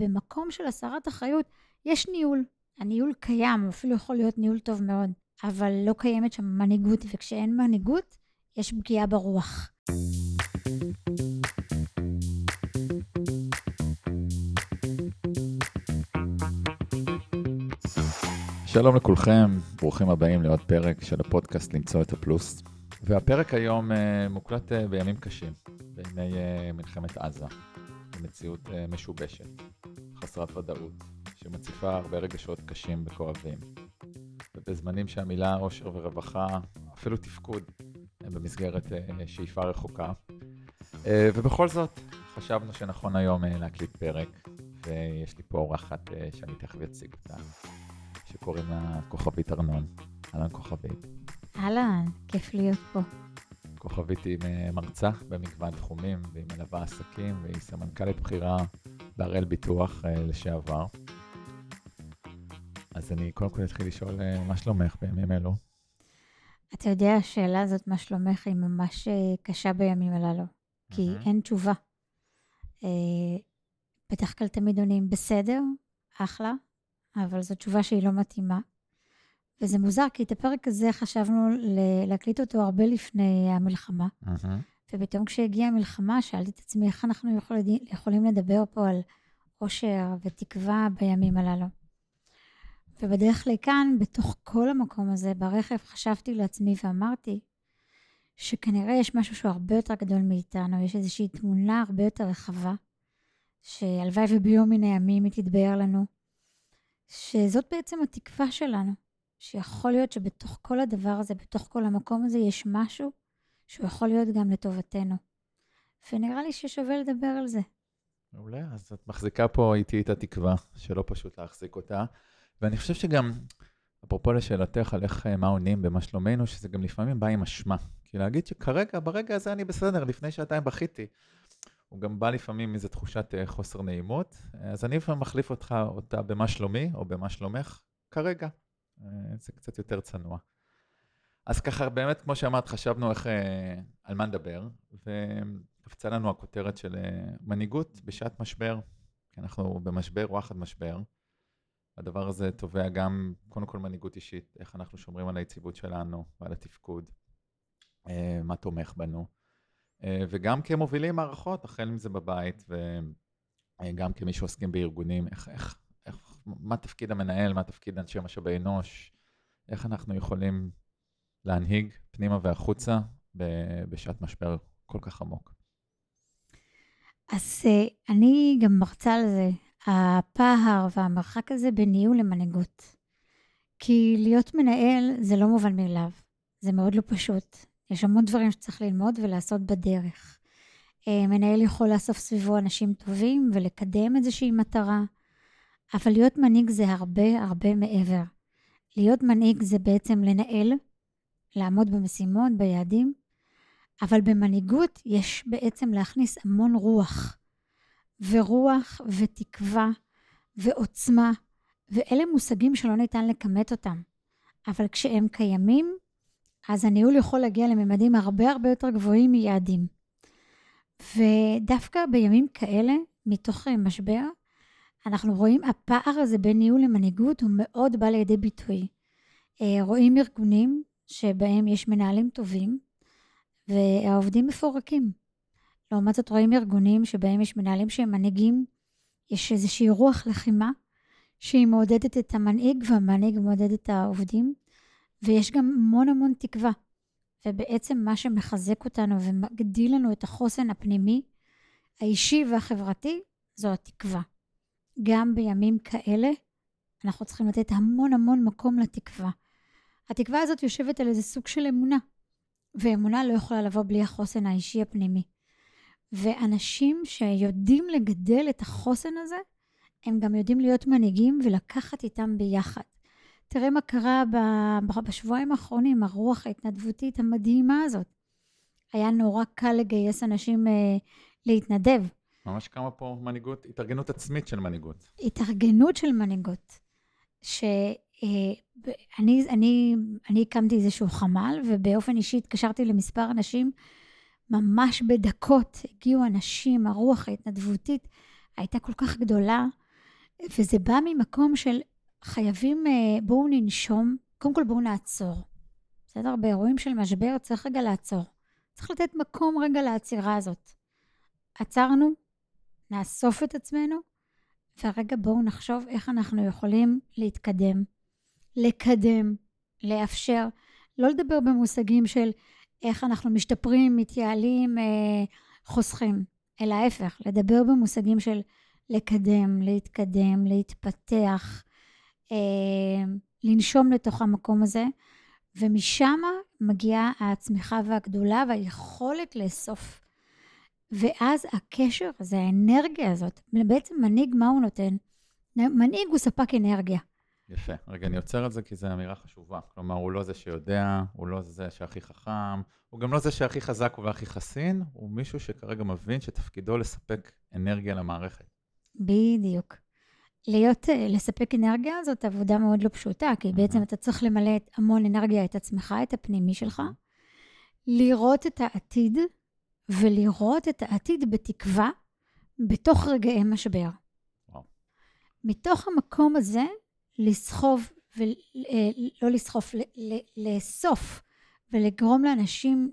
במקום של הסרת אחריות, יש ניהול. הניהול קיים, אפילו יכול להיות ניהול טוב מאוד, אבל לא קיימת שם מנהיגות, וכשאין מנהיגות, יש פגיעה ברוח. שלום לכולכם, ברוכים הבאים לעוד פרק של הפודקאסט למצוא את הפלוס. והפרק היום מוקלט בימים קשים, בימי מלחמת עזה, במציאות משובשת, חסרת ודאות, שמציפה הרבה רגשות קשים וכואבים. ובזמנים שהמילה עושר ורווחה, אפילו תפקוד, הם במסגרת שאיפה רחוקה. ובכל זאת, חשבנו שנכון היום להקליט פרק, ויש לי פה אורחת שאני תכף אציג אותה. שקוראים לה כוכבית ארנון. אהלן כוכבית. אהלן, כיף להיות פה. כוכבית היא מרצה במגוון תחומים, והיא מלווה עסקים, והיא סמנכ"לית בכירה בהראל ביטוח לשעבר. אז אני קודם כל אתחיל לשאול מה שלומך בימים אלו. אתה יודע, השאלה הזאת, מה שלומך, היא ממש קשה בימים הללו, כי אין תשובה. בדרך כלל תמיד עונים בסדר, אחלה, אבל זו תשובה שהיא לא מתאימה. וזה מוזר, כי את הפרק הזה חשבנו להקליט אותו הרבה לפני המלחמה. ופתאום כשהגיעה המלחמה, שאלתי את עצמי איך אנחנו יכולים לדבר פה על אושר ותקווה בימים הללו. ובדרך לכאן, בתוך כל המקום הזה, ברכב, חשבתי לעצמי ואמרתי, שכנראה יש משהו שהוא הרבה יותר גדול מאיתנו, יש איזושהי תמונה הרבה יותר רחבה, שהלוואי וביום מן הימים היא תתבהר לנו, שזאת בעצם התקווה שלנו, שיכול להיות שבתוך כל הדבר הזה, בתוך כל המקום הזה, יש משהו שהוא יכול להיות גם לטובתנו. ונראה לי ששווה לדבר על זה. מעולה, אז את מחזיקה פה איתי את התקווה, שלא פשוט להחזיק אותה. ואני חושב שגם, אפרופו לשאלתך על איך מה עונים במה שלומנו, שזה גם לפעמים בא עם אשמה. כי להגיד שכרגע, ברגע הזה אני בסדר, לפני שעתיים בכיתי. הוא גם בא לפעמים איזו תחושת חוסר נעימות, אז אני לפעמים מחליף אותה במה שלומי, או במה שלומך, כרגע. זה קצת יותר צנוע. אז ככה, באמת, כמו שאמרת, חשבנו על מה נדבר, וקפצה לנו הכותרת של מנהיגות בשעת משבר, כי אנחנו במשבר, וואחד משבר. הדבר הזה תובע גם, קודם כל, מנהיגות אישית, איך אנחנו שומרים על היציבות שלנו, ועל התפקוד, מה תומך בנו. וגם כמובילים מערכות, החל עם זה בבית, וגם כמי שעוסקים בארגונים, מה תפקיד המנהל, מה תפקיד אנשי משאבי אנוש, איך אנחנו יכולים להנהיג פנימה והחוצה בשעת משבר כל כך עמוק. אז אני גם מרצה על זה, הפער והמרחק הזה בין ניהול למנהיגות. כי להיות מנהל זה לא מובן מאליו, זה מאוד לא פשוט. יש המון דברים שצריך ללמוד ולעשות בדרך. מנהל יכול לאסוף סביבו אנשים טובים ולקדם איזושהי מטרה, אבל להיות מנהיג זה הרבה הרבה מעבר. להיות מנהיג זה בעצם לנהל, לעמוד במשימות, ביעדים, אבל במנהיגות יש בעצם להכניס המון רוח, ורוח ותקווה ועוצמה, ואלה מושגים שלא ניתן לכמת אותם. אבל כשהם קיימים, אז הניהול יכול להגיע לממדים הרבה הרבה יותר גבוהים מיעדים. ודווקא בימים כאלה, מתוך משבר, אנחנו רואים הפער הזה בין ניהול למנהיגות הוא מאוד בא לידי ביטוי. רואים ארגונים שבהם יש מנהלים טובים והעובדים מפורקים. לעומת זאת רואים ארגונים שבהם יש מנהלים שהם מנהיגים, יש איזושהי רוח לחימה שהיא מעודדת את המנהיג והמנהיג מעודד את העובדים, ויש גם המון המון תקווה. ובעצם מה שמחזק אותנו ומגדיל לנו את החוסן הפנימי, האישי והחברתי, זו התקווה. גם בימים כאלה, אנחנו צריכים לתת המון המון מקום לתקווה. התקווה הזאת יושבת על איזה סוג של אמונה, ואמונה לא יכולה לבוא בלי החוסן האישי הפנימי. ואנשים שיודעים לגדל את החוסן הזה, הם גם יודעים להיות מנהיגים ולקחת איתם ביחד. תראה מה קרה בשבועיים האחרונים, הרוח ההתנדבותית המדהימה הזאת. היה נורא קל לגייס אנשים להתנדב. ממש כמה פה מנהיגות, התארגנות עצמית של מנהיגות. התארגנות של מנהיגות. אני הקמתי איזשהו חמ"ל, ובאופן אישי התקשרתי למספר אנשים, ממש בדקות הגיעו אנשים, הרוח ההתנדבותית הייתה כל כך גדולה, וזה בא ממקום של חייבים, בואו ננשום, קודם כל בואו נעצור. בסדר? באירועים של משבר צריך רגע לעצור. צריך לתת מקום רגע לעצירה הזאת. עצרנו, נאסוף את עצמנו, ורגע בואו נחשוב איך אנחנו יכולים להתקדם, לקדם, לאפשר, לא לדבר במושגים של איך אנחנו משתפרים, מתייעלים, חוסכים, אלא ההפך, לדבר במושגים של לקדם, להתקדם, להתפתח, לנשום לתוך המקום הזה, ומשם מגיעה הצמיחה והגדולה והיכולת לאסוף. ואז הקשר הזה, האנרגיה הזאת, בעצם מנהיג מה הוא נותן? מנהיג הוא ספק אנרגיה. יפה. רגע, אני עוצר את זה כי זו אמירה חשובה. כלומר, הוא לא זה שיודע, הוא לא זה שהכי חכם, הוא גם לא זה שהכי חזק והכי חסין, הוא מישהו שכרגע מבין שתפקידו לספק אנרגיה למערכת. בדיוק. לספק אנרגיה זאת עבודה מאוד לא פשוטה, כי בעצם אתה צריך למלא המון אנרגיה את עצמך, את הפנימי שלך, לראות את העתיד, ולראות את העתיד בתקווה, בתוך רגעי משבר. וואו. מתוך המקום הזה, לסחוב, לא לסחוף, לאסוף, ולגרום לאנשים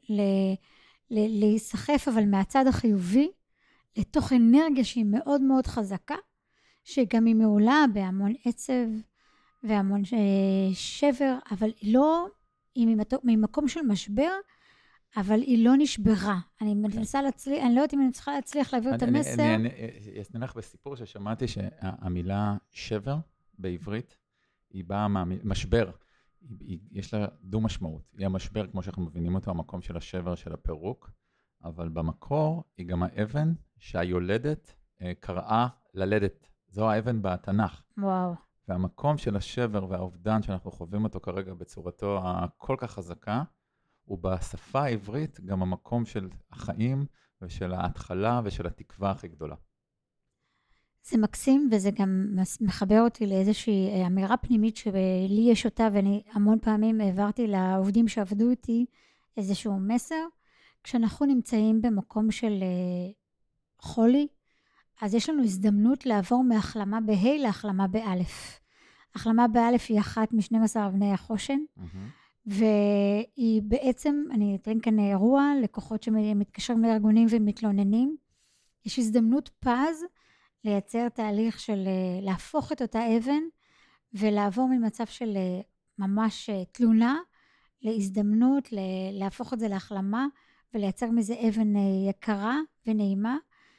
להיסחף, אבל מהצד החיובי, לתוך אנרגיה שהיא מאוד מאוד חזקה, שגם היא מעולה בהמון עצב והמון שבר, אבל היא לא, היא ממקום של משבר, אבל היא לא נשברה. אני מנסה להצליח, אני לא יודעת אם אני צריכה להצליח להעביר את המסר. אני אסנח בסיפור ששמעתי שהמילה שבר בעברית, היא באה משבר, יש לה דו משמעות. היא המשבר, כמו שאנחנו מבינים אותו, המקום של השבר, של הפירוק, אבל במקור היא גם האבן שהיולדת קראה ללדת. זו האבן בתנ"ך. וואו. והמקום של השבר והאובדן שאנחנו חווים אותו כרגע בצורתו הכל כך חזקה, הוא בשפה העברית גם המקום של החיים ושל ההתחלה ושל התקווה הכי גדולה. זה מקסים, וזה גם מחבר אותי לאיזושהי אמירה פנימית שלי יש אותה, ואני המון פעמים העברתי לעובדים שעבדו איתי איזשהו מסר. כשאנחנו נמצאים במקום של חולי, אז יש לנו הזדמנות לעבור מהחלמה בה' להחלמה באלף. החלמה באלף היא אחת מ-12 אבני החושן, והיא בעצם, אני אתן כאן אירוע, לקוחות שמתקשרים לארגונים ומתלוננים, יש הזדמנות פז לייצר תהליך של להפוך את אותה אבן, ולעבור ממצב של ממש תלונה, להזדמנות, להפוך את זה להחלמה, ולייצר מזה אבן יקרה ונעימה,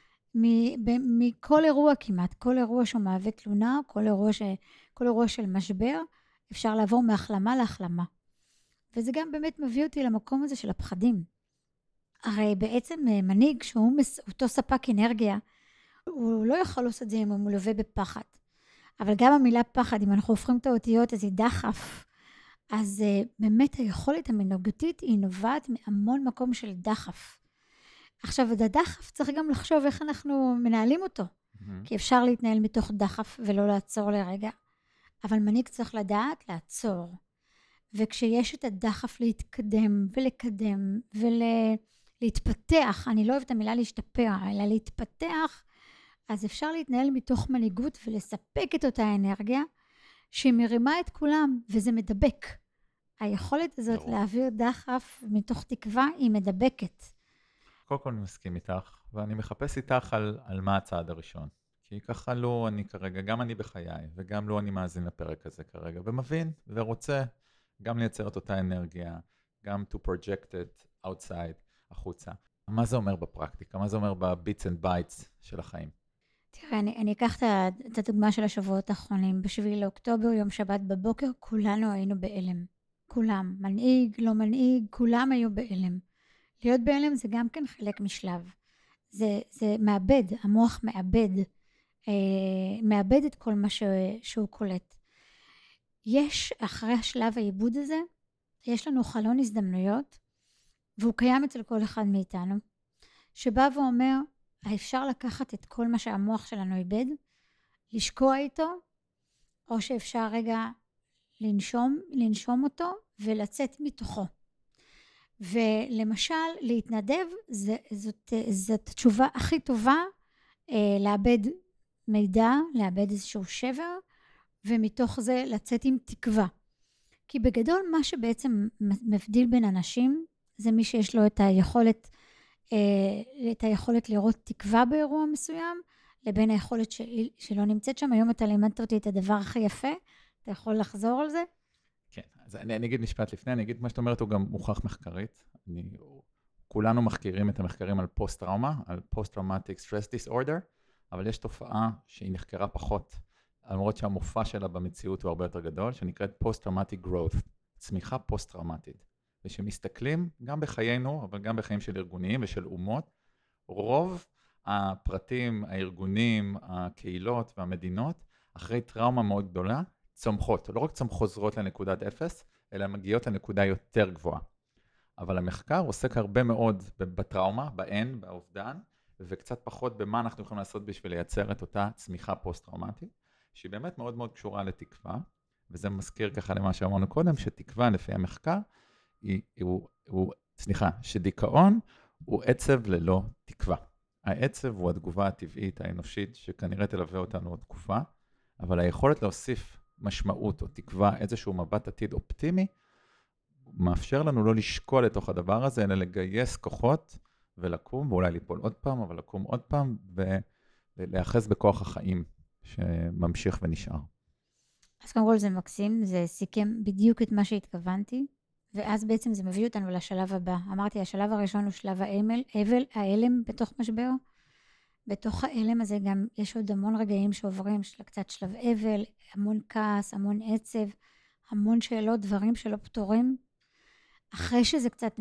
מכל אירוע כמעט, כל אירוע שהוא מהווה תלונה, כל אירוע של משבר, אפשר לעבור מהחלמה להחלמה. וזה גם באמת מביא אותי למקום הזה של הפחדים. הרי בעצם מנהיג שהוא אותו ספק אנרגיה, הוא לא יכול לעשות את זה אם הוא מלווה בפחד. אבל גם המילה פחד, אם אנחנו הופכים את האותיות, אז היא דחף. אז באמת היכולת המנהיגותית היא נובעת מהמון מקום של דחף. עכשיו, את הדחף צריך גם לחשוב איך אנחנו מנהלים אותו. כי אפשר להתנהל מתוך דחף ולא לעצור לרגע. אבל מנהיג צריך לדעת לעצור. וכשיש את הדחף להתקדם ולקדם ולהתפתח, אני לא אוהבת את המילה להשתפר, אלא להתפתח, אז אפשר להתנהל מתוך מנהיגות ולספק את אותה אנרגיה שהיא מרימה את כולם, וזה מדבק. היכולת הזאת להעביר דחף מתוך תקווה היא מדבקת. קודם כל אני מסכים איתך, ואני מחפש איתך על מה הצעד הראשון. כי ככה לא אני כרגע, גם אני בחיי, וגם לא אני מאזין לפרק הזה כרגע, ומבין ורוצה גם לייצר את אותה אנרגיה, גם to project it outside, החוצה. מה זה אומר בפרקטיקה? מה זה אומר ב-bits and bytes של החיים? תראה, אני אקח את הדוגמה של השבועות האחרונים. ב7 לאוקטובר, יום שבת בבוקר, כולנו היינו בהלם. כולם, מנהיג, לא מנהיג, כולם היו בהלם. להיות בהלם זה גם כן חלק משלב. זה מאבד, המוח מאבד את כל מה שהוא קולט. יש, אחרי השלב העיבוד הזה, יש לנו חלון הזדמנויות, והוא קיים אצל כל אחד מאיתנו, שבא ואומר, אפשר לקחת את כל מה שהמוח שלנו איבד, לשקוע איתו, או שאפשר רגע לנשום אותו, ולצאת מתוכו. ולמשל, להתנדב, זאת התשובה הכי טובה, לאבד מידע, לאבד איזשהו שבר, ומתוך זה לצאת עם תקווה. כי בגדול מה שבעצם מבדיל בין אנשים, זה מי שיש לו את היכולת לראות תקווה באירוע מסוים, לבין היכולת שלא נמצאת שם. היום אתה לימדת אותי את הדבר הכי יפה, אתה יכול לחזור על זה? כן, אז אני אגיד משפט לפני, אני אגיד מה שאת אומרת, הוא גם מוכח מחקרית. כולנו מחקרים את המחקרים על פוסט-טראומה, על פוסט-טראומטיק סטרס דיסאורדר, אבל יש תופעה שהיא נחקרה פחות, למרות שהמופע שלה במציאות הוא הרבה יותר גדול, שנקראת פוסט-טראומטיק growth, צמיחה פוסט-טראומטית. ושמסתכלים גם בחיינו, אבל גם בחיים של ארגונים ושל אומות, רוב הפרטים, הארגונים, הקהילות והמדינות, אחרי טראומה מאוד גדולה, צומחות. לא רק חוזרות לנקודת אפס, אלא מגיעות לנקודה יותר גבוהה. אבל המחקר עוסק הרבה מאוד בטראומה, באובדן, וקצת פחות במה אנחנו יכולים לעשות בשביל לייצר את אותה צמיחה פוסט-טראומטית, שהיא באמת מאוד מאוד קשורה לתקווה, וזה מזכיר ככה למה שאמרנו קודם, שתקווה לפי המחקר, שדיכאון הוא עצב ללא תקווה. העצב הוא התגובה הטבעית האנושית שכנראה תלווה אותנו עוד תקופה, אבל היכולת להוסיף משמעות או תקווה, איזשהו מבט עתיד אופטימי, מאפשר לנו לא לשקוע לתוך הדבר הזה, אלא לגייס כוחות ולקום, ואולי ליפול עוד פעם, אבל לקום עוד פעם, ולהיאחז בכוח החיים שממשיך ונשאר. אז קודם כל זה מקסים, זה סיכם בדיוק את מה שהתכוונתי, ואז בעצם זה מביא אותנו לשלב הבא. אמרתי, השלב הראשון הוא שלב ההלם בתוך משבר. בתוך ההלם הזה גם יש עוד המון רגעים שעוברים, קצת שלב אבל, המון כעס, המון עצב, המון שאלות, דברים שלא פתורים. אחרי שזה קצת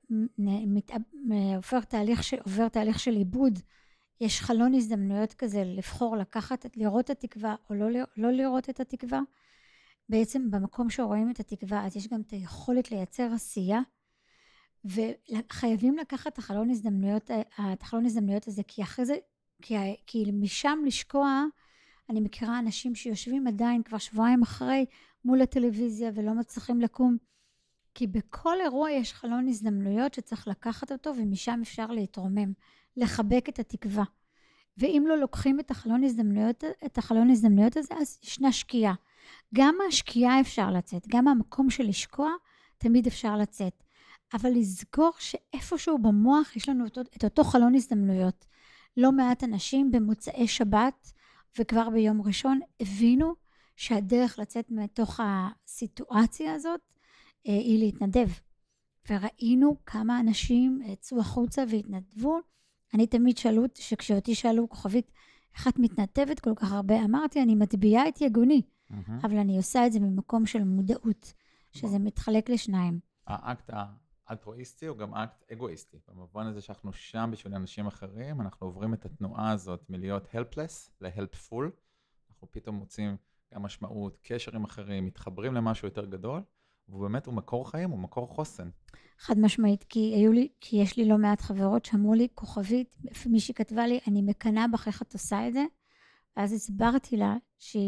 עובר תהליך של עיבוד, יש חלון הזדמנויות כזה לבחור לראות את התקווה או לא לראות את התקווה. בעצם במקום שרואים את התקווה, אז יש גם את היכולת לייצר עשייה, וחייבים לקחת את החלון הזדמנויות הזה, כי אחרי זה, כי משם לשקוע, אני מכירה אנשים שיושבים עדיין כבר שבועיים אחרי מול הטלוויזיה ולא מצליחים לקום, כי בכל אירוע יש חלון הזדמנויות שצריך לקחת אותו, ומשם אפשר להתרומם, לחבק את התקווה. ואם לא לוקחים את החלון הזדמנויות הזה, אז ישנה שקיעה. גם מהשקיעה אפשר לצאת, גם מהמקום של לשקוע, תמיד אפשר לצאת. אבל לזכור שאיפשהו במוח יש לנו את אותו חלון הזדמנויות. לא מעט אנשים במוצאי שבת, וכבר ביום ראשון, הבינו שהדרך לצאת מתוך הסיטואציה הזאת, היא להתנדב. וראינו כמה אנשים יצאו החוצה והתנדבו. אני תמיד כשאותי שאלו כוכבית, איך את מתנדבת כל כך הרבה? אמרתי, אני מטביעה את יגוני, אבל אני עושה את זה ממקום של מודעות, שזה מתחלק לשניים. האקט האלטרואיסטי הוא גם אקט אגואיסטי. במובן הזה שאנחנו שם בשביל אנשים אחרים, אנחנו עוברים את התנועה הזאת מלהיות helpless ל-helpful. אנחנו פתאום מוצאים גם משמעות, קשר עם אחרים, מתחברים למשהו יותר גדול, ובאמת הוא מקור חיים, הוא מקור חוסן. חד משמעית, כי יש לי לא מעט חברות שאמרו לי, כוכבית, מישהי כתבה לי, אני מקנה בך איך את עושה את זה, ואז הסברתי לה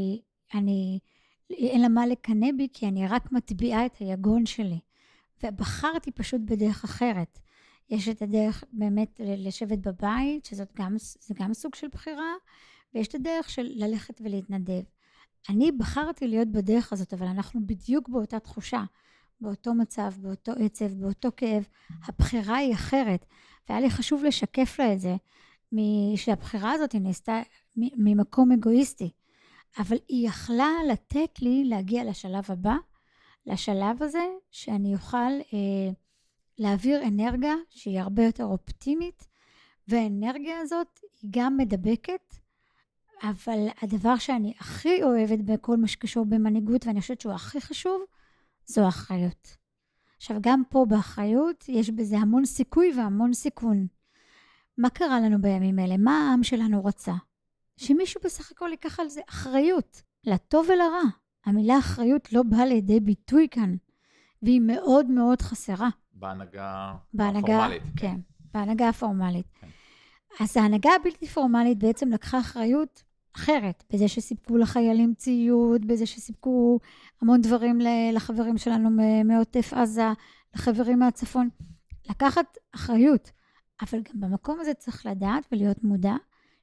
אין לה מה לקנה בי, כי אני רק מטביעה את היגון שלי. ובחרתי פשוט בדרך אחרת. יש את הדרך באמת לשבת בבית, שזה גם סוג של בחירה, ויש את הדרך של ללכת ולהתנדב. אני בחרתי להיות בדרך הזאת, אבל אנחנו בדיוק באותה תחושה, באותו מצב, באותו עצב, באותו כאב. הבחירה היא אחרת, והיה לי חשוב לשקף לה את זה, שהבחירה הזאת היא נעשתה ממקום אגואיסטי, אבל היא יכלה לתת לי להגיע לשלב הבא, לשלב הזה שאני אוכל להעביר אנרגיה שהיא הרבה יותר אופטימית, והאנרגיה הזאת היא גם מדבקת, אבל הדבר שאני הכי אוהבת בכל מה שקשור במנהיגות, ואני חושבת שהוא הכי חשוב, זו האחריות. עכשיו גם פה באחריות יש בזה המון סיכוי והמון סיכון. מה קרה לנו בימים אלה? מה העם שלנו רצה? שמישהו בסך הכל ייקח על זה אחריות, לטוב ולרע. המילה אחריות לא באה לידי ביטוי כאן, והיא מאוד מאוד חסרה. בהנהגה הפורמלית. כן, בהנהגה הפורמלית. כן. אז ההנהגה הבלתי פורמלית בעצם לקחה אחריות אחרת, בזה שסיפקו לחיילים ציוד, בזה שסיפקו המון דברים לחברים שלנו מעוטף עזה, לחברים מהצפון, לקחת אחריות. אבל גם במקום הזה צריך לדעת ולהיות מודע,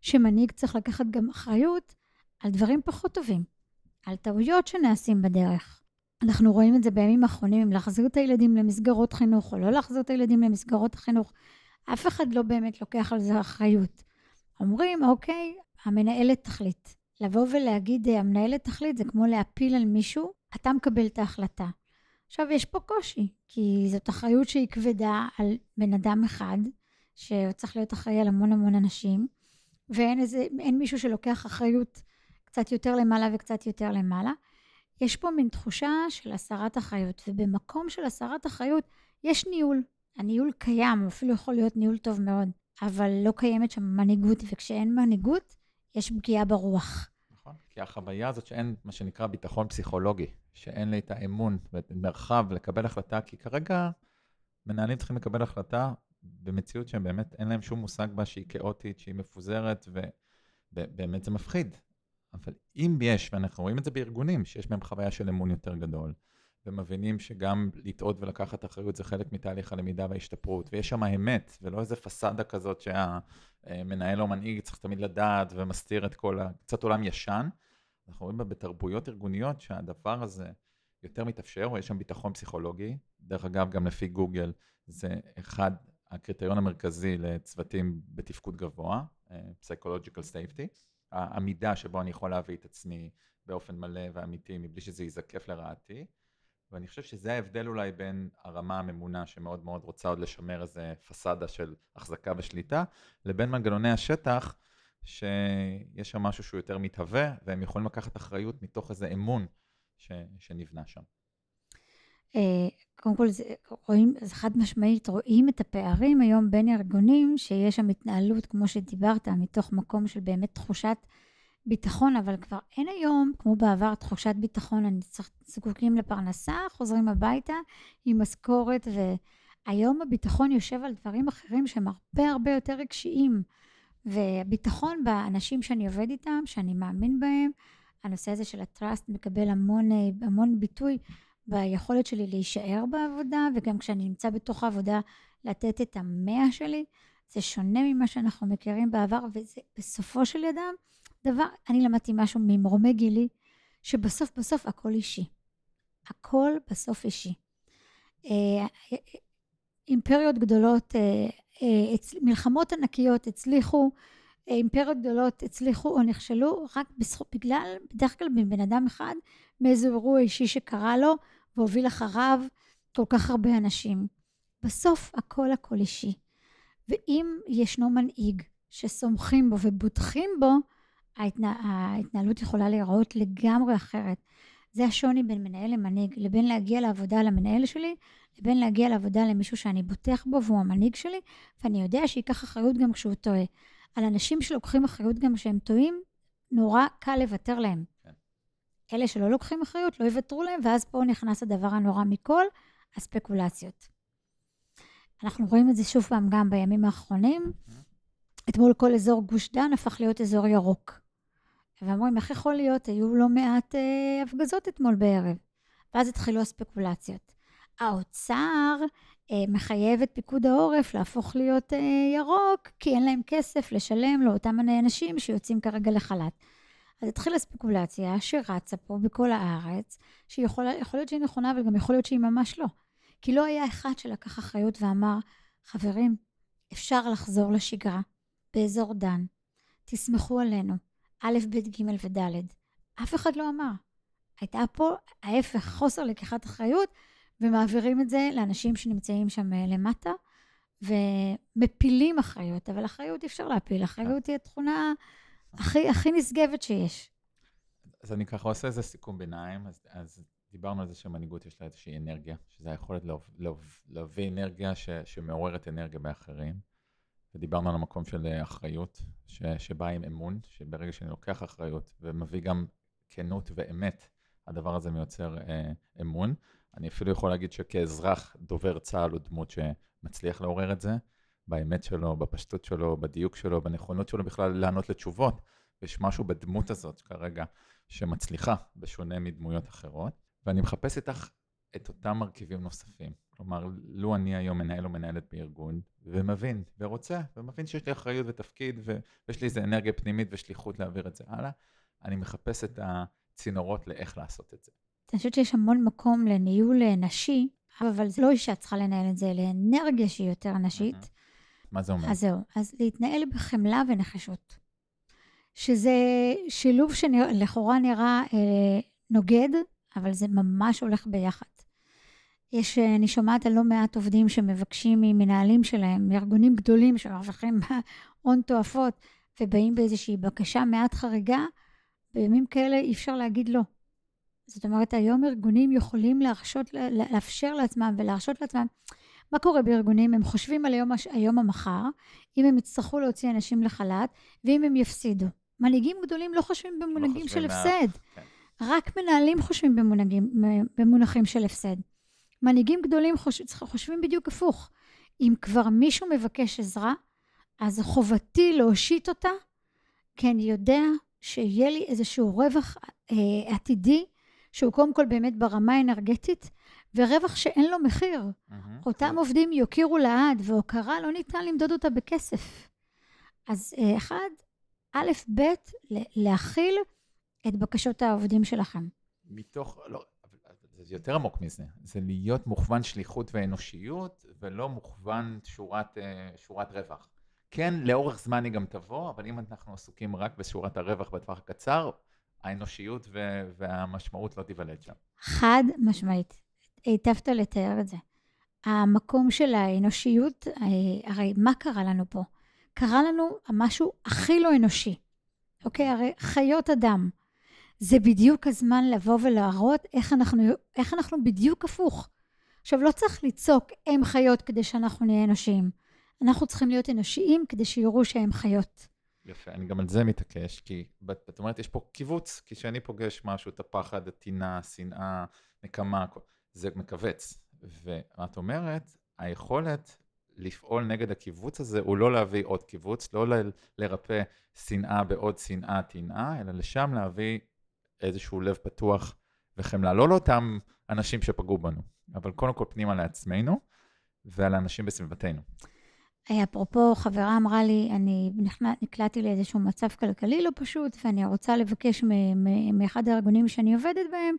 שמנהיג צריך לקחת גם אחריות על דברים פחות טובים, על טעויות שנעשים בדרך. אנחנו רואים את זה בימים האחרונים, אם להחזיר את הילדים למסגרות חינוך, או לא להחזיר את הילדים למסגרות החינוך, אף אחד לא באמת לוקח על זה אחריות. אומרים, אוקיי, המנהלת תחליט. לבוא ולהגיד, המנהלת תחליט, זה כמו להפיל על מישהו, אתה מקבל את ההחלטה. עכשיו, יש פה קושי, כי זאת אחריות שהיא כבדה על בן אדם אחד, שצריך להיות אחראי על המון המון אנשים, ואין מישהו שלוקח אחריות קצת יותר למעלה וקצת יותר למעלה. יש פה מין תחושה של הסרת אחריות, ובמקום של הסרת אחריות יש ניהול. הניהול קיים, הוא אפילו יכול להיות ניהול טוב מאוד, אבל לא קיימת שם מנהיגות, וכשאין מנהיגות, יש פגיעה ברוח. נכון, כי החוויה הזאת שאין מה שנקרא ביטחון פסיכולוגי, שאין לי את האמון ואת מרחב לקבל החלטה, כי כרגע מנהלים צריכים לקבל החלטה במציאות שהם באמת אין להם שום מושג בה שהיא כאוטית, שהיא מפוזרת, ובאמת זה מפחיד. אבל אם יש, ואנחנו רואים את זה בארגונים, שיש בהם חוויה של אמון יותר גדול, ומבינים שגם לטעות ולקחת אחריות זה חלק מתהליך הלמידה וההשתפרות, ויש שם האמת, ולא איזה פסאדה כזאת שהמנהל או מנהיג צריך תמיד לדעת ומסתיר את כל קצת עולם ישן. אנחנו רואים בתרבויות ארגוניות שהדבר הזה יותר מתאפשר, או יש שם ביטחון פסיכולוגי. דרך אגב, גם לפי גוגל, זה אחד הקריטריון המרכזי לצוותים בתפקוד גבוה, Psychological Safety, העמידה שבו אני יכול להביא את עצמי באופן מלא ואמיתי, מבלי שזה ייזקף לרעתי. ואני חושב שזה ההבדל אולי בין הרמה הממונה, שמאוד מאוד רוצה עוד לשמר איזה פסאדה של החזקה ושליטה, לבין מנגנוני השטח, שיש שם משהו שהוא יותר מתהווה, והם יכולים לקחת אחריות מתוך איזה אמון שנבנה שם. קודם כל, רואים, חד משמעית, רואים את הפערים היום בין ארגונים, שיש שם התנהלות, כמו שדיברת, מתוך מקום של באמת תחושת ביטחון, אבל כבר אין היום, כמו בעבר, תחושת ביטחון, אני זקוקים לפרנסה, חוזרים הביתה עם משכורת, והיום הביטחון יושב על דברים אחרים שהם הרבה הרבה יותר רגשיים, והביטחון באנשים שאני עובד איתם, שאני מאמין בהם, הנושא הזה של הטראסט מקבל המון ביטוי ביכולת שלי להישאר בעבודה, וגם כשאני נמצא בתוך העבודה לתת את 100 שלי, זה שונה ממה שאנחנו מכירים בעבר, וזה בסופו של דבר, אני למדתי משהו ממרומי גילי, שבסוף הכל אישי. הכל בסוף אישי. אימפריות גדולות, מלחמות ענקיות הצליחו, אימפריות גדולות הצליחו או נכשלו, רק בגלל, בדרך כלל בן אדם אחד, מאיזה אירוע אישי שקרה לו, והוביל אחריו כל כך הרבה אנשים. בסוף הכל אישי. ואם ישנו מנהיג שסומכים בו ובוטחים בו, ההתנהלות יכולה להיראות לגמרי אחרת. זה השוני בין מנהל למנהיג, לבין להגיע לעבודה למנהל שלי, לבין להגיע לעבודה למישהו שאני בוטח בו והוא המנהיג שלי, ואני יודע שיקח אחריות גם כשהוא טועה. על אנשים שלוקחים אחריות גם כשהם טועים, נורא קל לוותר להם. כן. אלה שלא לוקחים אחריות, לא יוותרו להם, ואז פה נכנס הדבר הנורא מכל, הספקולציות. אנחנו רואים את זה שוב פעם גם בימים האחרונים. אתמול כל אזור גוש דן הפך להיות אזור ירוק. ואמרים, איך יכול להיות? היו לא מעט הפגזות אתמול בערב. ואז התחילו הספקולציות. האוצר מחייב את פיקוד העורף להפוך להיות ירוק, כי אין להם כסף לשלם לאותם אנשים שיוצאים כרגע לחל"ת. אז התחילה ספקולציה שרצה פה בכל הארץ, שיכול להיות שהיא נכונה, אבל גם יכול להיות שהיא ממש לא. כי לא היה אחד שלקח אחריות ואמר, חברים, אפשר לחזור לשגרה באזור דן. תסמכו עלינו, א', ב', ג' וד'. אף אחד לא אמר. הייתה פה ההפך, חוסר לקיחת אחריות, ומעבירים את זה לאנשים שנמצאים שם למטה, ומפילים אחריות, אבל אחריות אי אפשר להפיל, אחריות היא התכונה הכי נשגבת שיש. אז אני ככה עושה איזה סיכום ביניים, אז דיברנו על זה שמנהיגות יש לה איזושהי אנרגיה, שזה היכולת להביא אנרגיה שמעוררת אנרגיה באחרים, ודיברנו על המקום של אחריות, שבא עם אמון, שברגע שאני לוקח אחריות, ומביא גם כנות ואמת, הדבר הזה מייצר אמון. אני אפילו יכול להגיד שכאזרח דובר צה"ל הוא דמות שמצליח לעורר את זה, באמת שלו, בפשטות שלו, בדיוק שלו, בנכונות שלו בכלל לענות לתשובות. יש משהו בדמות הזאת כרגע שמצליחה בשונה מדמויות אחרות. ואני מחפש איתך את אותם מרכיבים נוספים. כלומר, לו אני היום מנהל או מנהלת בארגון, ומבין, ורוצה, ומבין שיש לי אחריות ותפקיד, ויש לי איזו אנרגיה פנימית ושליחות להעביר את זה הלאה, אני מחפש את הצינורות לאיך לעשות את זה. אני חושבת שיש המון מקום לניהול נשי, אבל זה לא אישה צריכה לנהל את זה, אלא אנרגיה שהיא יותר נשית. מה זה אומר? אז זהו, אז להתנהל בחמלה ונחישות. שזה שילוב שלכאורה נראה נוגד, אבל זה ממש הולך ביחד. אני שומעת על לא מעט עובדים שמבקשים ממנהלים שלהם, מארגונים גדולים שמרוויחים הון תועפות, ובאים באיזושהי בקשה מעט חריגה, בימים כאלה אי אפשר להגיד לא. זאת אומרת, היום ארגונים יכולים לאפשר לעצמם ולהרשות לעצמם. מה קורה בארגונים? הם חושבים על היום המחר, אם הם יצטרכו להוציא אנשים לחל"ת, ואם הם יפסידו. מנהיגים גדולים לא חושבים במונחים של הפסד. רק מנהלים חושבים במונחים של הפסד. מנהיגים גדולים חושבים בדיוק הפוך. אם כבר מישהו מבקש עזרה, אז חובתי להושיט אותה, כי אני יודע שיהיה לי איזשהו רווח עתידי, שהוא קודם כל באמת ברמה האנרגטית, ורווח שאין לו מחיר. אותם עובדים יוקירו לעד, והוקרה לא ניתן למדוד אותה בכסף. אז אחד, א', ב', להכיל את בקשות העובדים שלכם. זה יותר עמוק מזה. זה להיות מוכוון שליחות ואנושיות, ולא מוכוון שורת רווח. כן, לאורך זמן היא גם תבוא, אבל אם אנחנו עסוקים רק בשורת הרווח בטווח הקצר, האנושיות והמשמעות לא תיוולד שם. חד משמעית. היטבת לתאר את זה. המקום של האנושיות, הרי מה קרה לנו פה? קרה לנו משהו הכי לא אנושי. אוקיי? הרי חיות אדם. זה בדיוק הזמן לבוא ולהראות איך אנחנו בדיוק הפוך. עכשיו, לא צריך לצעוק הם חיות כדי שאנחנו נהיה אנושיים. אנחנו צריכים להיות אנושיים כדי שיראו שהם חיות. יפה, אני גם על זה מתעקש, כי את אומרת, יש פה קיבוץ, כי כשאני פוגש משהו, את הפחד, הטינה, שנאה, נקמה, זה מקבץ. ואת אומרת, היכולת לפעול נגד הקיבוץ הזה, הוא לא להביא עוד קיבוץ, לא לרפא שנאה בעוד שנאה, טינה, אלא לשם להביא איזשהו לב פתוח וחמלה. לא לאותם אנשים שפגעו בנו, אבל קודם כל פנימה לעצמנו, ועל האנשים בסביבתנו. אפרופו, חברה אמרה לי, אני נקלעתי לאיזשהו מצב כלכלי לא פשוט, ואני רוצה לבקש מאחד הארגונים שאני עובדת בהם,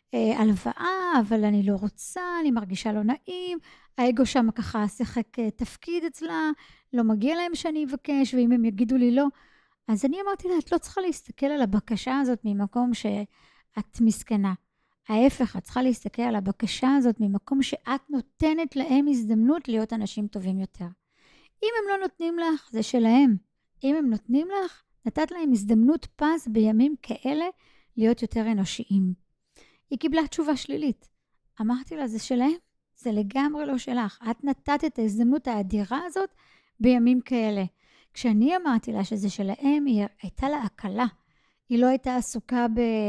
הלוואה, אבל אני לא רוצה, אני מרגישה לא נעים, האגו שם ככה שיחק תפקיד אצלה, לא מגיע להם שאני אבקש, ואם הם יגידו לי לא, אז אני אמרתי לה, את לא צריכה להסתכל על הבקשה הזאת ממקום שאת מסכנה. ההפך, את צריכה להסתכל על הבקשה הזאת ממקום שאת נותנת להם הזדמנות להיות אנשים טובים יותר. אם הם לא נותנים לך, זה שלהם. אם הם נותנים לך, נתת להם הזדמנות פז בימים כאלה להיות יותר אנושיים. היא קיבלה תשובה שלילית. אמרתי לה, זה שלהם? זה לגמרי לא שלך. את נתת את ההזדמנות האדירה הזאת בימים כאלה. כשאני אמרתי לה שזה שלהם, היא הייתה לה הקלה. היא לא הייתה עסוקה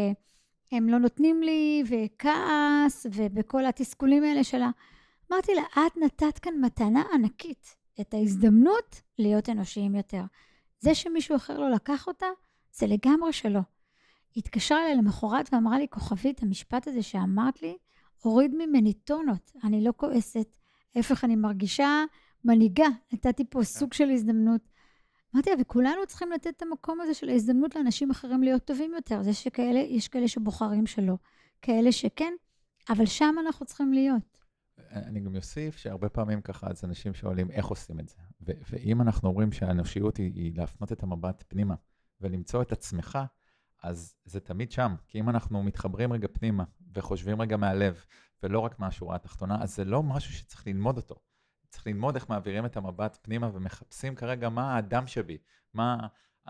הם לא נותנים לי, וכעס, ובכל התסכולים האלה שלה. אמרתי לה, את נתת כאן מתנה ענקית. את ההזדמנות להיות אנושיים יותר. זה שמישהו אחר לא לקח אותה, זה לגמרי שלא. היא התקשרה אליי למחרת ואמרה לי, כוכבית, המשפט הזה שאמרת לי, הוריד ממני טונות, אני לא כועסת, ההפך אני מרגישה מנהיגה, נתתי פה סוג של הזדמנות. אמרתי לה, וכולנו צריכים לתת את המקום הזה של ההזדמנות לאנשים אחרים להיות טובים יותר. זה שכאלה, יש כאלה שבוחרים שלא, כאלה שכן, אבל שם אנחנו צריכים להיות. אני גם יוסיף שהרבה פעמים ככה, אז אנשים שואלים איך עושים את זה. ואם אנחנו אומרים שהאנושיות היא להפנות את המבט פנימה, ולמצוא את עצמך, אז זה תמיד שם. כי אם אנחנו מתחברים רגע פנימה, וחושבים רגע מהלב, ולא רק מהשורה התחתונה, אז זה לא משהו שצריך ללמוד אותו. צריך ללמוד איך מעבירים את המבט פנימה, ומחפשים כרגע מה האדם שבי, מה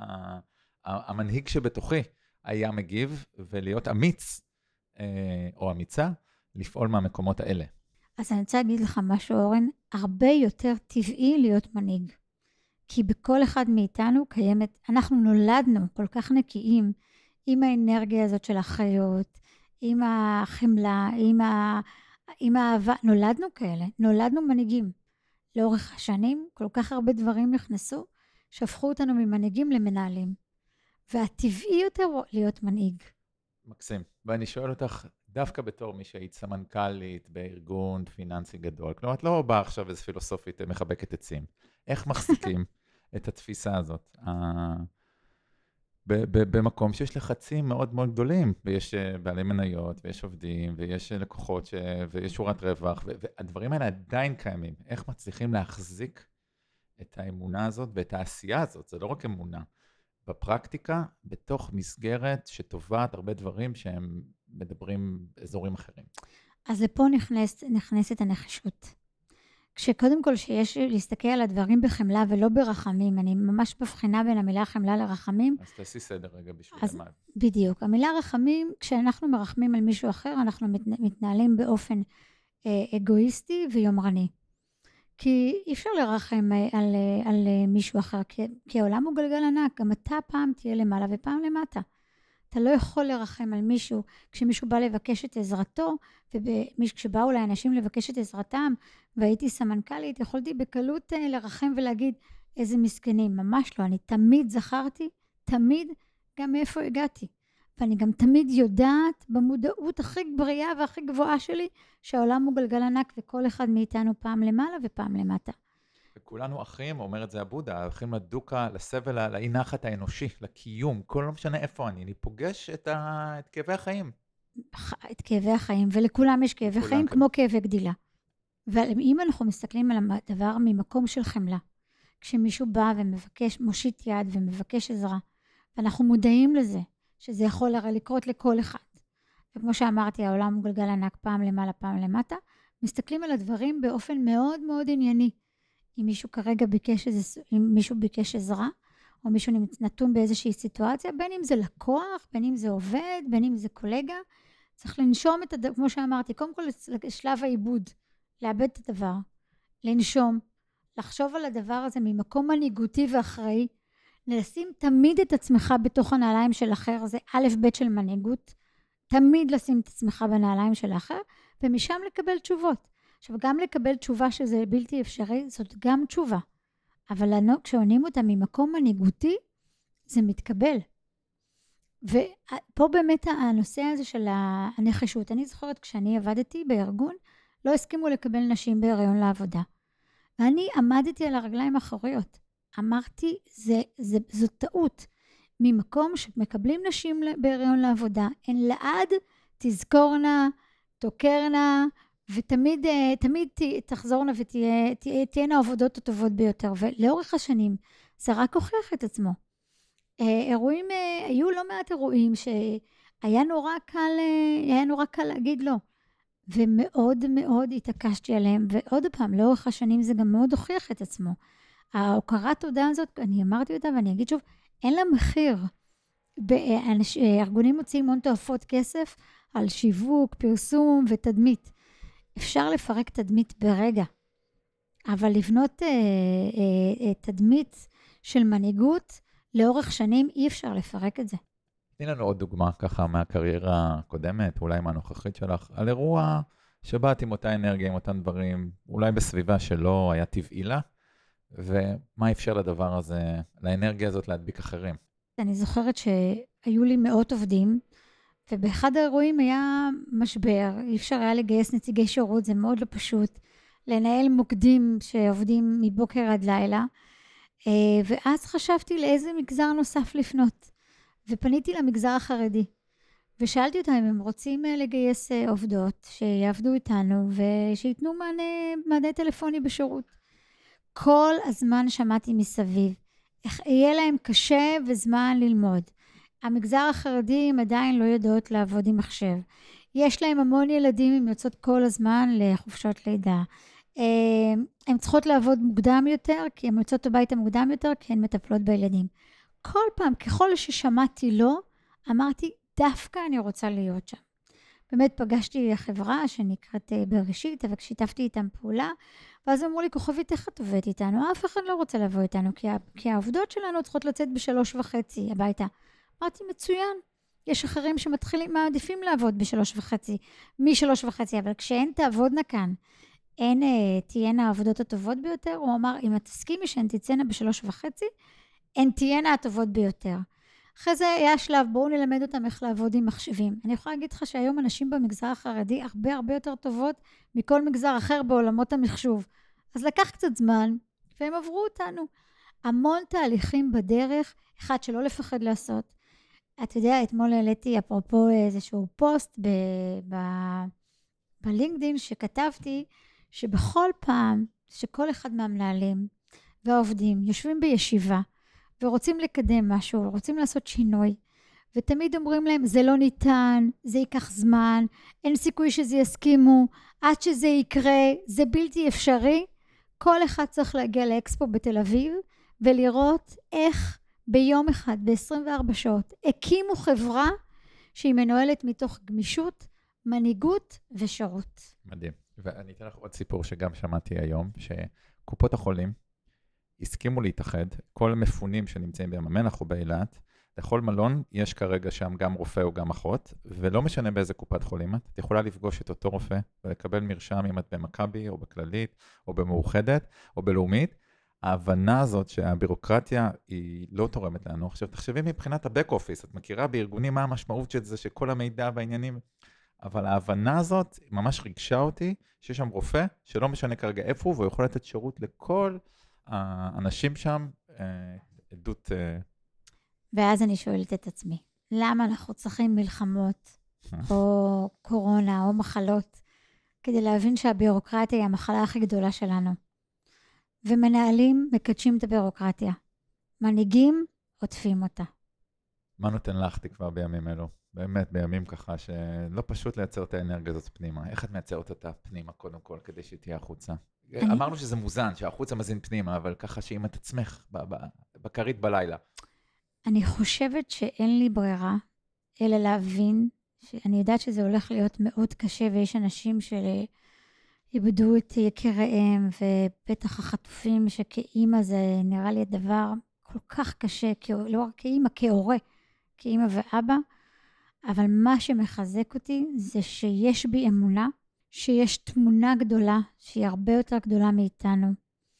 המנהיג שבתוכי היה מגיב, ולהיות אמיץ, או אמיצה, לפעול מהמקומות האלה. אז אני רוצה להגיד לך משהו, אורן, הרבה יותר טבעי להיות מנהיג. כי בכל אחד מאיתנו קיימת, אנחנו נולדנו כל כך נקיים, עם האנרגיה הזאת של החיות, עם החמלה, עם האהבה, נולדנו כאלה, נולדנו מנהיגים. לאורך השנים כל כך הרבה דברים נכנסו, שהפכו אותנו ממנהיגים למנהלים. והטבעי יותר להיות מנהיג. מקסים. ואני שואל אותך, דווקא בתור מי שהיית סמנכ"לית בארגון פיננסי גדול, כלומר, את לא באה עכשיו איזו פילוסופית מחבקת עצים. איך מחזיקים את התפיסה הזאת? במקום שיש לחצים מאוד מאוד גדולים, ויש בעלי מניות, ויש עובדים, ויש לקוחות, ויש שורת רווח, והדברים האלה עדיין קיימים. איך מצליחים להחזיק את האמונה הזאת ואת העשייה הזאת? זה לא רק אמונה. בפרקטיקה, בתוך מסגרת שטובעת הרבה דברים שהם מדברים באזורים אחרים. אז לפה נכנסת הנחישות. כשקודם כל שיש להסתכל על הדברים בחמלה ולא ברחמים, אני ממש מבחינה בין המילה חמלה לרחמים. אז תעשי סדר רגע בשביל מה. בדיוק. המילה רחמים, כשאנחנו מרחמים על מישהו אחר, אנחנו מתנהלים באופן אגואיסטי ויומרני. כי אי אפשר לרחם על מישהו אחר, כי העולם הוא גלגל ענק, גם אתה פעם תהיה למעלה ופעם למטה. אתה לא יכול לרחם על מישהו, כשמישהו בא לבקש את עזרתו, וכשבאו אליי אנשים לבקש את עזרתם, והייתי סמנכ"לית, יכולתי בקלות לרחם ולהגיד, איזה מסכנים, ממש לא, אני תמיד זכרתי, תמיד גם מאיפה הגעתי. ואני גם תמיד יודעת במודעות הכי בריאה והכי גבוהה שלי, שהעולם הוא גלגל ענק וכל אחד מאיתנו פעם למעלה ופעם למטה. וכולנו אחים, אומר את זה הבודה, אחים לדוקה, לסבל, לאי נחת האנושי, לקיום, כל לא משנה איפה אני פוגש את כאבי החיים. את כאבי החיים, ולכולם יש כאבי חיים כמו כאבי גדילה. ואם אנחנו מסתכלים על הדבר ממקום של חמלה, כשמישהו בא ומבקש, מושיט יד ומבקש עזרה, ואנחנו מודעים לזה, שזה יכול הרי לקרות לכל אחד. וכמו שאמרתי, העולם הוא גלגל ענק פעם למעלה, פעם למטה, מסתכלים על הדברים באופן מאוד מאוד ענייני. אם מישהו כרגע ביקש עזרה, או מישהו נתון באיזושהי סיטואציה, בין אם זה לקוח, בין אם זה עובד, בין אם זה קולגה, צריך לנשום את הדבר, כמו שאמרתי, קודם כל שלב העיבוד, לאבד את הדבר, לנשום, לחשוב על הדבר הזה ממקום מנהיגותי ואחראי, לשים תמיד את עצמך בתוך הנעליים של אחר, זה א' ב' של מנהיגות, תמיד לשים את עצמך בנעליים של אחר, ומשם לקבל תשובות. עכשיו, גם לקבל תשובה שזה בלתי אפשרי, זאת גם תשובה. אבל כשעונים אותה ממקום מנהיגותי, זה מתקבל. ופה באמת הנושא הזה של הנחישות. אני זוכרת כשאני עבדתי בארגון, לא הסכימו לקבל נשים בהיריון לעבודה. ואני עמדתי על הרגליים האחוריות. אמרתי, זו טעות. ממקום שמקבלים נשים בהיריון לעבודה, הן לעד תזכורנה, תוקרנה, ותמיד תחזורנה ותהיינה העבודות הטובות ביותר. ולאורך השנים זה רק הוכיח את עצמו. אירועים, היו לא מעט אירועים שהיה נורא קל להגיד לא. ומאוד מאוד התעקשתי עליהם, ועוד פעם, לאורך השנים זה גם מאוד הוכיח את עצמו. ההוקרת תודה הזאת, אני אמרתי אותה ואני אגיד שוב, אין לה מחיר. ארגונים מוציאים הון תועפות כסף על שיווק, פרסום ותדמית. אפשר לפרק תדמית ברגע, אבל לבנות תדמית של מנהיגות, לאורך שנים אי אפשר לפרק את זה. תני לנו עוד דוגמה ככה מהקריירה הקודמת, אולי מהנוכחית שלך, על אירוע שבאת עם אותה אנרגיה, עם אותם דברים, אולי בסביבה שלא היה טבעי לה, ומה אפשר לדבר הזה, לאנרגיה הזאת להדביק אחרים? אני זוכרת שהיו לי מאות עובדים, ובאחד האירועים היה משבר, אי אפשר היה לגייס נציגי שירות, זה מאוד לא פשוט, לנהל מוקדים שעובדים מבוקר עד לילה, ואז חשבתי לאיזה מגזר נוסף לפנות, ופניתי למגזר החרדי, ושאלתי אותם אם הם רוצים לגייס עובדות שיעבדו איתנו, ושיתנו מענה טלפוני בשירות. כל הזמן שמעתי מסביב, איך יהיה להם קשה וזמן ללמוד. המגזר החרדי הם עדיין לא יודעות לעבוד עם מחשב. יש להם המון ילדים, הם יוצאות כל הזמן לחופשות לידה. הן צריכות לעבוד מוקדם יותר, כי הן יוצאות הביתה מוקדם יותר, כי הן מטפלות בילדים. כל פעם, ככל ששמעתי לא, אמרתי, דווקא אני רוצה להיות שם. באמת פגשתי חברה שנקראת בראשית, אבל שיתפתי איתם פעולה, ואז אמרו לי, כוכבית, איך את עובדת איתנו? אף אחד לא רוצה לבוא איתנו, כי העובדות שלנו צריכות לצאת ב3:30 הביתה. אמרתי, מצוין. יש אחרים מעדיפים לעבוד ב3:30, מ3:30, אבל כשהן תעבודנה כאן, תהיינה העבודות הטובות ביותר, הוא אמר, אם את תסכימי שהן תצאנה ב3:30, הן תהיינה הטובות ביותר. אחרי זה היה שלב, בואו נלמד אותם איך לעבוד עם מחשבים. אני יכולה להגיד לך שהיום אנשים במגזר החרדי הרבה הרבה יותר טובות מכל מגזר אחר בעולמות המחשוב. אז לקח קצת זמן, והם עברו אותנו. המון תהליכים בדרך, אחד שלא לפחד לעשות. אתה יודע, אתמול העליתי אפרופו איזשהו פוסט בלינקדין שכתבתי, שבכל פעם שכל אחד מהמנהלים והעובדים יושבים בישיבה, ורוצים לקדם משהו, רוצים לעשות שינוי, ותמיד אומרים להם, זה לא ניתן, זה ייקח זמן, אין סיכוי שזה יסכימו, עד שזה יקרה, זה בלתי אפשרי. כל אחד צריך להגיע לאקספו בתל אביב, ולראות איך ביום אחד, ב-24 שעות, הקימו חברה שהיא מנוהלת מתוך גמישות, מנהיגות ושירות. מדהים. ואני אתן לך עוד סיפור שגם שמעתי היום, שקופות החולים הסכימו להתאחד, כל המפונים שנמצאים בים המלח או באילת, לכל מלון יש כרגע שם גם רופא או גם אחות, ולא משנה באיזה קופת חולים את יכולה לפגוש את אותו רופא ולקבל מרשם אם את במכבי או בכללית או במאוחדת או בלאומית. ההבנה הזאת שהבירוקרטיה היא לא תורמת לנו. עכשיו תחשבי מבחינת הבק אופיס, את מכירה בארגונים מה המשמעות של זה, שכל המידע והעניינים, אבל ההבנה הזאת ממש ריגשה אותי, שיש שם רופא שלא משנה כרגע איפה הוא, והוא יכול לתת שירות לכל האנשים שם, עדות... ואז אני שואלת את עצמי, למה אנחנו צריכים מלחמות, או קורונה, או מחלות, כדי להבין שהבירוקרטיה היא המחלה הכי גדולה שלנו? ומנהלים מקדשים את הבירוקרטיה. מנהיגים עוטפים אותה. מה נותן לך תקווה בימים אלו? באמת, בימים ככה שלא פשוט לייצר את האנרגיה הזאת פנימה. איך את מייצרת אותה פנימה קודם כל, כדי שתהיה החוצה? אמרנו שזה מוזן, שהחוצה מזין פנימה, אבל ככה שאם את עצמך בקרית בלילה. אני חושבת שאין לי ברירה, אלא להבין, שאני יודעת שזה הולך להיות מאוד קשה, ויש אנשים שאיבדו את יקיריהם, ובטח החטופים שכאימא זה נראה לי הדבר כל כך קשה, לא רק כאימא, כהורה, כאימא ואבא, אבל מה שמחזק אותי זה שיש בי אמונה, שיש תמונה גדולה, שהיא הרבה יותר גדולה מאיתנו,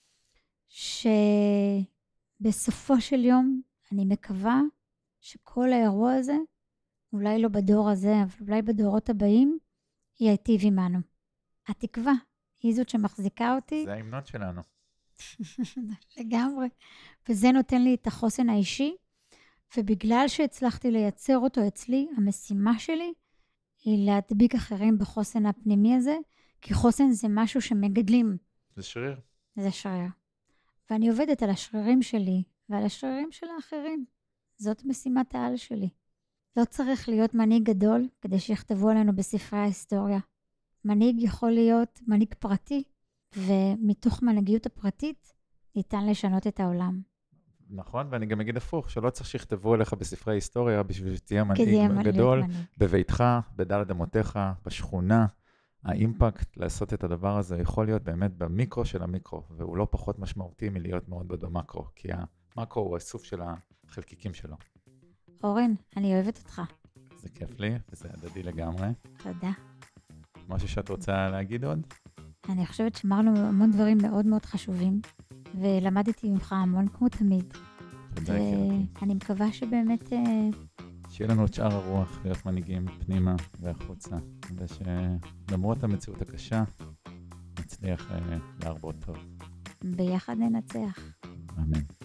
שבסופו של יום אני מקווה שכל האירוע הזה, אולי לא בדור הזה, אבל אולי בדורות הבאים, ייטיב עמנו. התקווה היא זאת שמחזיקה אותי. זה ההמנון שלנו. לגמרי. וזה נותן לי את החוסן האישי, ובגלל שהצלחתי לייצר אותו אצלי, המשימה שלי היא להדביק אחרים בחוסן הפנימי הזה, כי חוסן זה משהו שמגדלים. זה שריר. זה שריר. ואני עובדת על השרירים שלי, ועל השרירים של האחרים. זאת משימת העל שלי. לא צריך להיות מנהיג גדול, כדי שיכתבו עלינו בספרי ההיסטוריה. מנהיג יכול להיות מנהיג פרטי, ומתוך מנהיגיות הפרטית, ניתן לשנות את העולם. נכון, ואני גם אגיד הפוך, שלא צריך שיכתבו עליך בספרי ההיסטוריה, בשביל שתהיה מנהיג גדול, בביתך, בדלת אמותיך, בשכונה. האימפקט לעשות את הדבר הזה יכול להיות באמת במיקרו של המיקרו, והוא לא פחות משמעותי מלהיות מאוד במקרו, כי המקרו הוא האיסוף של החלקיקים שלו. אורן, אני אוהבת אותך. זה כיף לי, וזה הדדי לגמרי. תודה. משהו שאת רוצה להגיד עוד? אני חושבת שאמרנו המון דברים מאוד מאוד חשובים, ולמדתי ממך המון כמו תמיד. תודה, יקירתי. אני מקווה שבאמת... שיהיה לנו את שאר הרוח, להיות מנהיגים פנימה והחוצה, ושלמרות המציאות הקשה, נצליח להרבות טוב. ביחד ננצח. אמן.